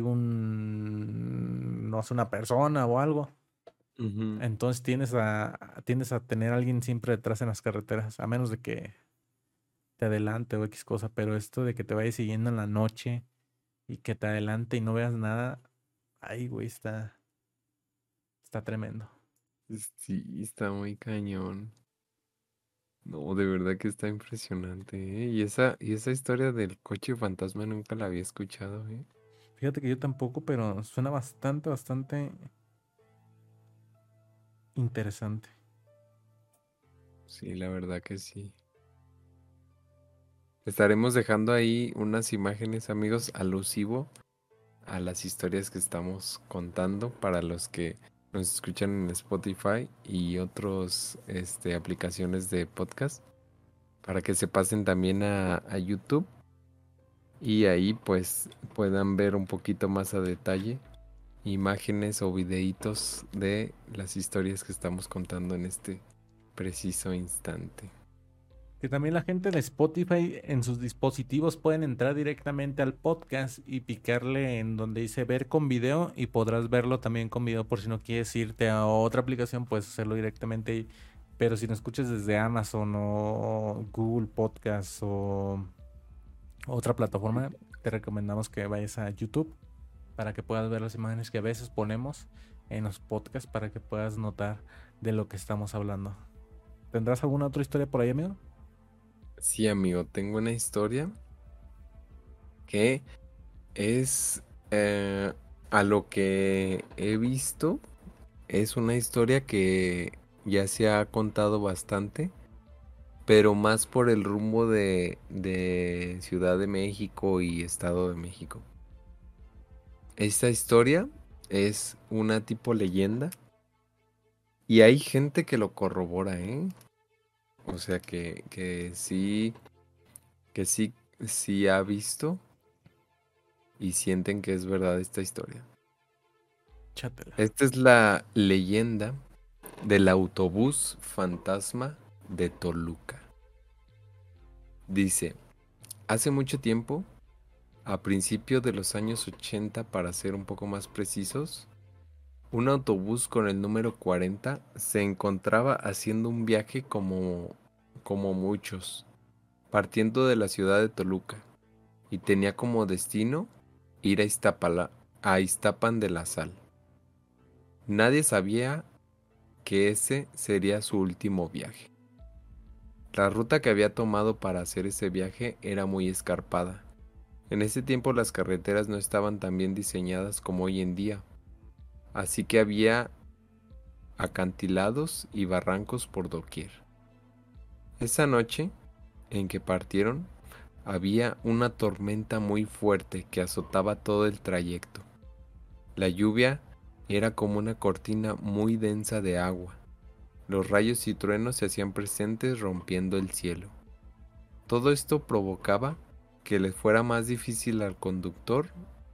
no sé, una persona o algo. Ujú. Entonces tiendes a tener a alguien siempre detrás en las carreteras, a menos de que te adelante o X cosa, pero esto de que te vaya siguiendo en la noche y que te adelante y no veas nada, ay, güey, está tremendo. Sí, está muy cañón. No, de verdad que está impresionante, ¿eh? Y esa historia del coche fantasma nunca la había escuchado, ¿eh? Fíjate que yo tampoco, pero suena bastante, bastante interesante. Sí, la verdad que sí. Estaremos dejando ahí unas imágenes, amigos, alusivo a las historias que estamos contando para los que nos escuchan en Spotify y otros aplicaciones de podcast, para que se pasen también a YouTube y ahí pues puedan ver un poquito más a detalle imágenes o videitos de las historias que estamos contando en este preciso instante. Que también la gente de Spotify en sus dispositivos pueden entrar directamente al podcast y picarle en donde dice ver con video y podrás verlo también con video por si no quieres irte a otra aplicación, puedes hacerlo directamente ahí. Pero si no escuchas desde Amazon o Google Podcast o otra plataforma, te recomendamos que vayas a YouTube para que puedas ver las imágenes que a veces ponemos en los podcasts para que puedas notar de lo que estamos hablando. ¿Tendrás alguna otra historia por ahí, amigo? Sí, amigo, tengo una historia que es a lo que he visto, es una historia que ya se ha contado bastante, pero más por el rumbo de Ciudad de México y Estado de México. Esta historia es una tipo leyenda y hay gente que lo corrobora, ¿eh? O sea que sí ha visto y sienten que es verdad esta historia. Chátela. Esta es la leyenda del autobús fantasma de Toluca. Dice, hace mucho tiempo, a principios de los años 80 para ser un poco más precisos, un autobús con el número 40 se encontraba haciendo un viaje como muchos, partiendo de la ciudad de Toluca, y tenía como destino ir a Iztapan de la Sal. Nadie sabía que ese sería su último viaje. La ruta que había tomado para hacer ese viaje era muy escarpada. En ese tiempo las carreteras no estaban tan bien diseñadas como hoy en día, así que había acantilados y barrancos por doquier. Esa noche en que partieron, había una tormenta muy fuerte que azotaba todo el trayecto. La lluvia era como una cortina muy densa de agua. Los rayos y truenos se hacían presentes rompiendo el cielo. Todo esto provocaba que le fuera más difícil al conductor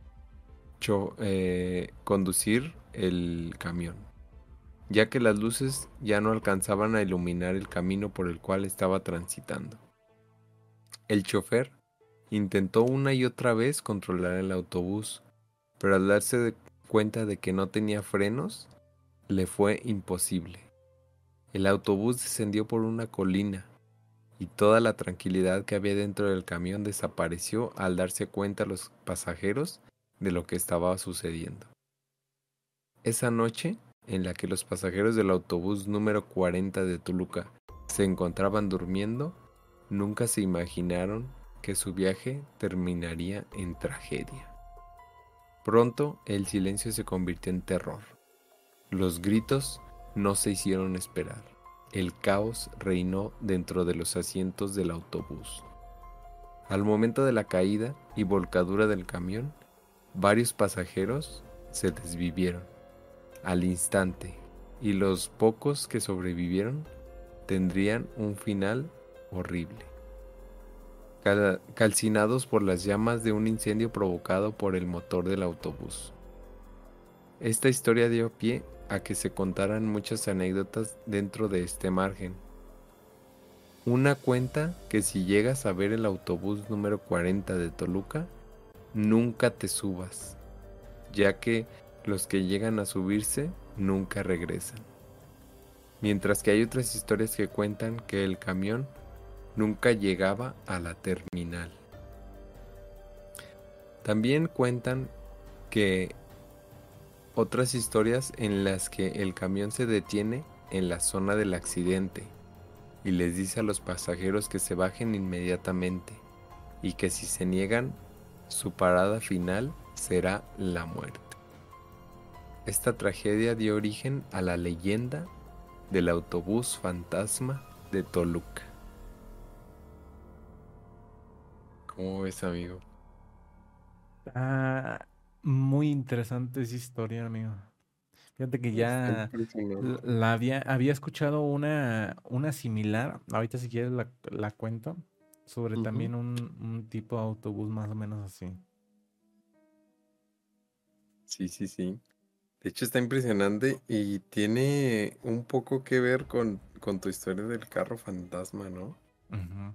conducir el camión, ya que las luces ya no alcanzaban a iluminar el camino por el cual estaba transitando. El chofer intentó una y otra vez controlar el autobús, pero al darse cuenta de que no tenía frenos, le fue imposible. El autobús descendió por una colina y toda la tranquilidad que había dentro del camión desapareció al darse cuenta los pasajeros de lo que estaba sucediendo. Esa noche, en la que los pasajeros del autobús número 40 de Toluca se encontraban durmiendo, nunca se imaginaron que su viaje terminaría en tragedia. Pronto el silencio se convirtió en terror. Los gritos no se hicieron esperar. El caos reinó dentro de los asientos del autobús. Al momento de la caída y volcadura del camión, varios pasajeros se desvivieron al instante, y los pocos que sobrevivieron tendrían un final horrible. Calcinados por las llamas de un incendio provocado por el motor del autobús. Esta historia dio pie a que se contaran muchas anécdotas dentro de este margen. Una cuenta que si llegas a ver el autobús número 40 de Toluca, nunca te subas, ya que los que llegan a subirse nunca regresan. Mientras que hay otras historias que cuentan que el camión nunca llegaba a la terminal. También cuentan que otras historias en las que el camión se detiene en la zona del accidente y les dice a los pasajeros que se bajen inmediatamente y que si se niegan, su parada final será la muerte. Esta tragedia dio origen a la leyenda del autobús fantasma de Toluca. ¿Cómo ves, amigo? Ah, muy interesante esa historia, amigo. Fíjate que Está ya impresionante. la había escuchado una similar, ahorita si quieres la cuento, sobre Ujú. también un tipo de autobús más o menos así. Sí, sí, sí. De hecho está impresionante y tiene un poco que ver con tu historia del carro fantasma, ¿no? Ujú.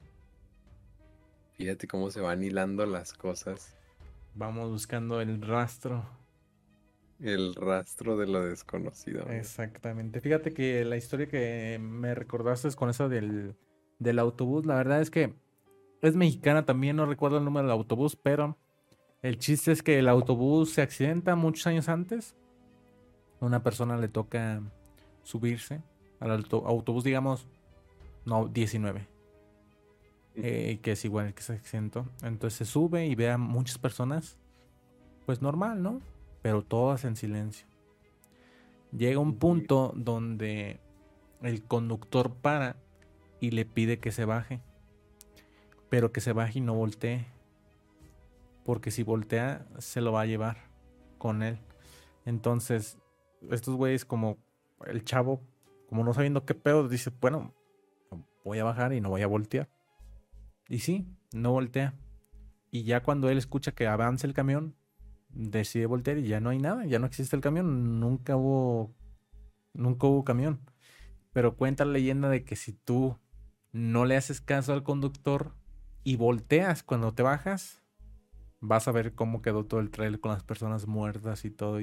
Fíjate cómo se van hilando las cosas. Vamos buscando el rastro. El rastro de lo desconocido, amigo. Exactamente. Fíjate que la historia que me recordaste es con eso del autobús, la verdad es que es mexicana también, no recuerdo el número del autobús, pero el chiste es que el autobús se accidenta muchos años antes. A una persona le toca subirse al autobús, digamos, no, 19, Ujú. que es igual el que se accidentó. Entonces se sube y ve a muchas personas, pues normal, ¿no? Pero todas en silencio. Llega un Ujú. punto donde el conductor para y le pide que se baje, pero que se baje y no voltee, porque si voltea se lo va a llevar con él. Entonces, estos güeyes como el chavo, como no sabiendo qué pedo, dice, bueno, voy a bajar y no voy a voltear. Y sí, no voltea. Y ya cuando él escucha que avanza el camión, decide voltear y ya no hay nada, ya no existe el camión, nunca hubo camión. Pero cuenta la leyenda de que si tú no le haces caso al conductor y volteas cuando te bajas, vas a ver cómo quedó todo el trailer con las personas muertas y todo,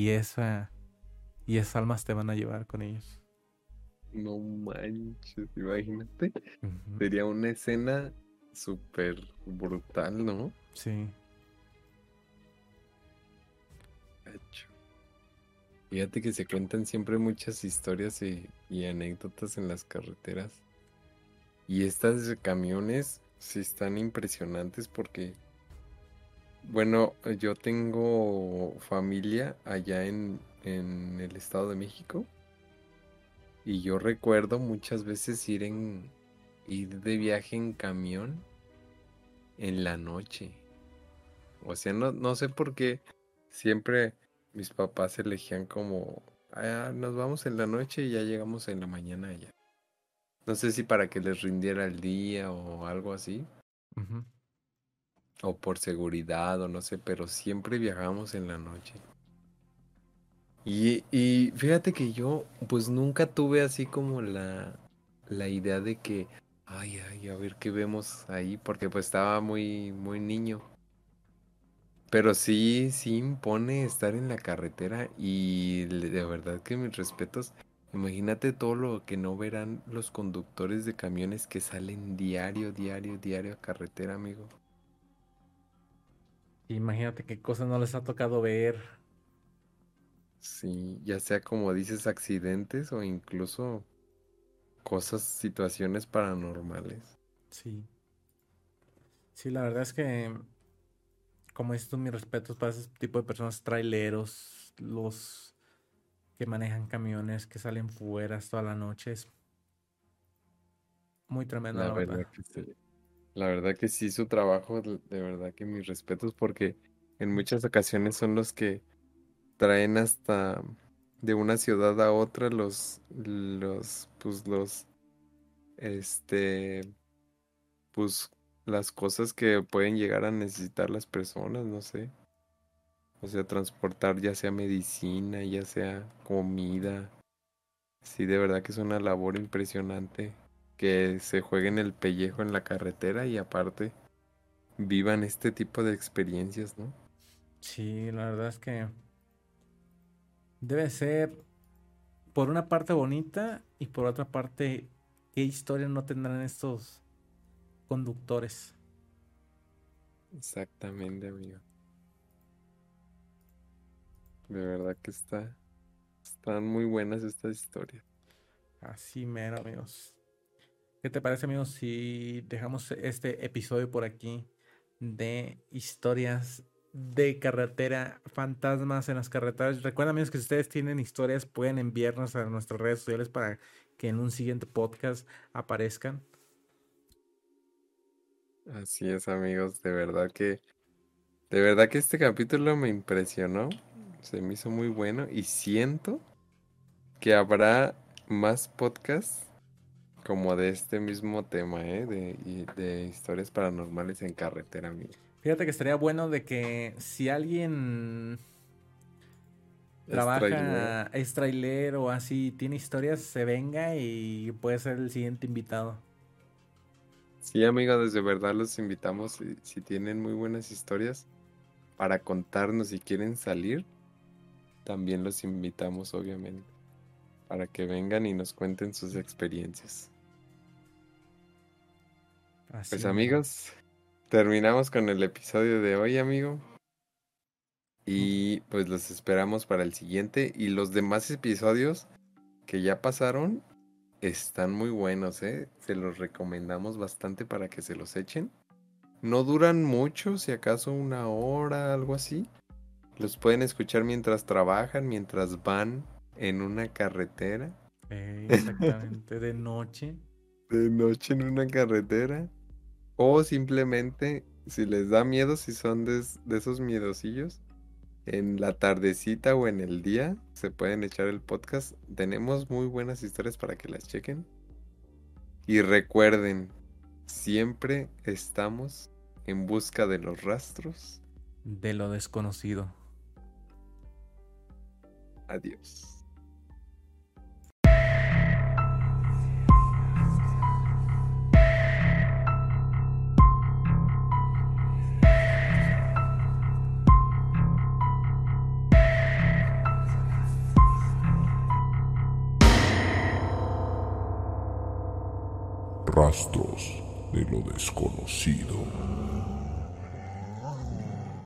y esas almas te van a llevar con ellos. No manches, imagínate. Ujú. Sería una escena súper brutal, ¿no? Sí, Gacho. Fíjate que se cuentan siempre muchas historias y anécdotas en las carreteras. Y estas de camiones sí están impresionantes porque, bueno, yo tengo familia allá en el Estado de México y yo recuerdo muchas veces ir de viaje en camión en la noche. O sea, no sé por qué siempre mis papás elegían como, "Ah, nos vamos en la noche y ya llegamos en la mañana allá". No sé si para que les rindiera el día o algo así, ujú. o por seguridad o no sé, pero siempre viajábamos en la noche. Y fíjate que yo pues nunca tuve así como la idea de que, ay, a ver qué vemos ahí, porque pues estaba muy niño. Pero sí, sí impone estar en la carretera y de verdad que mis respetos. Imagínate todo lo que no verán los conductores de camiones que salen diario a carretera, amigo. Imagínate qué cosas no les ha tocado ver. Sí, ya sea como dices, accidentes o incluso cosas, situaciones paranormales. Sí, sí, la verdad es que, como dices tú, mis respetos para ese tipo de personas, traileros, los que manejan camiones, que salen fuera toda la noche, es muy tremendo, La la verdad verdad. que sí. La verdad que sí, su trabajo, de verdad que mis respetos, porque en muchas ocasiones son los que traen hasta de una ciudad a otra este, pues las cosas que pueden llegar a necesitar las personas, no sé. O sea, transportar ya sea medicina, ya sea comida. Sí, de verdad que es una labor impresionante que se juegue en el pellejo en la carretera y aparte vivan este tipo de experiencias, ¿no? Sí, la verdad es que debe ser por una parte bonita y por otra parte, ¿qué historia no tendrán estos conductores? Exactamente, amigo. De verdad que están muy buenas estas historias. Así mero, amigos. ¿Qué te parece, amigos, si dejamos este episodio por aquí de historias de carretera, fantasmas en las carreteras? Recuerden, amigos, que si ustedes tienen historias, pueden enviarnos a nuestras redes sociales para que en un siguiente podcast aparezcan. Así es, amigos, de verdad que este capítulo me impresionó, se me hizo muy bueno y siento que habrá más podcasts como de este mismo tema, ¿eh? De historias paranormales en carretera, amigo. Fíjate que estaría bueno de que si alguien Es trailero. trabaja, es trailer o así, tiene historias, se venga y puede ser el siguiente invitado. Sí, amigos, de verdad los invitamos, si tienen muy buenas historias para contarnos, si quieren salir, también los invitamos, obviamente, para que vengan y nos cuenten sus experiencias. Así Pues mero. amigos, terminamos con el episodio de hoy, amigo. Y pues los esperamos para el siguiente. Y los demás episodios que ya pasaron están muy buenos, ¿eh? Se los recomendamos bastante para que se los echen. No duran mucho, si acaso 1 hora, algo así. Los pueden escuchar mientras trabajan, mientras van en una carretera. Exactamente, de noche. De noche en una carretera. O simplemente, si les da miedo, si son de esos miedosillos, en la tardecita o en el día se pueden echar el podcast. Tenemos muy buenas historias para que las chequen. Y recuerden, siempre estamos en busca de los rastros. De lo desconocido. Adiós. Rastros de lo desconocido.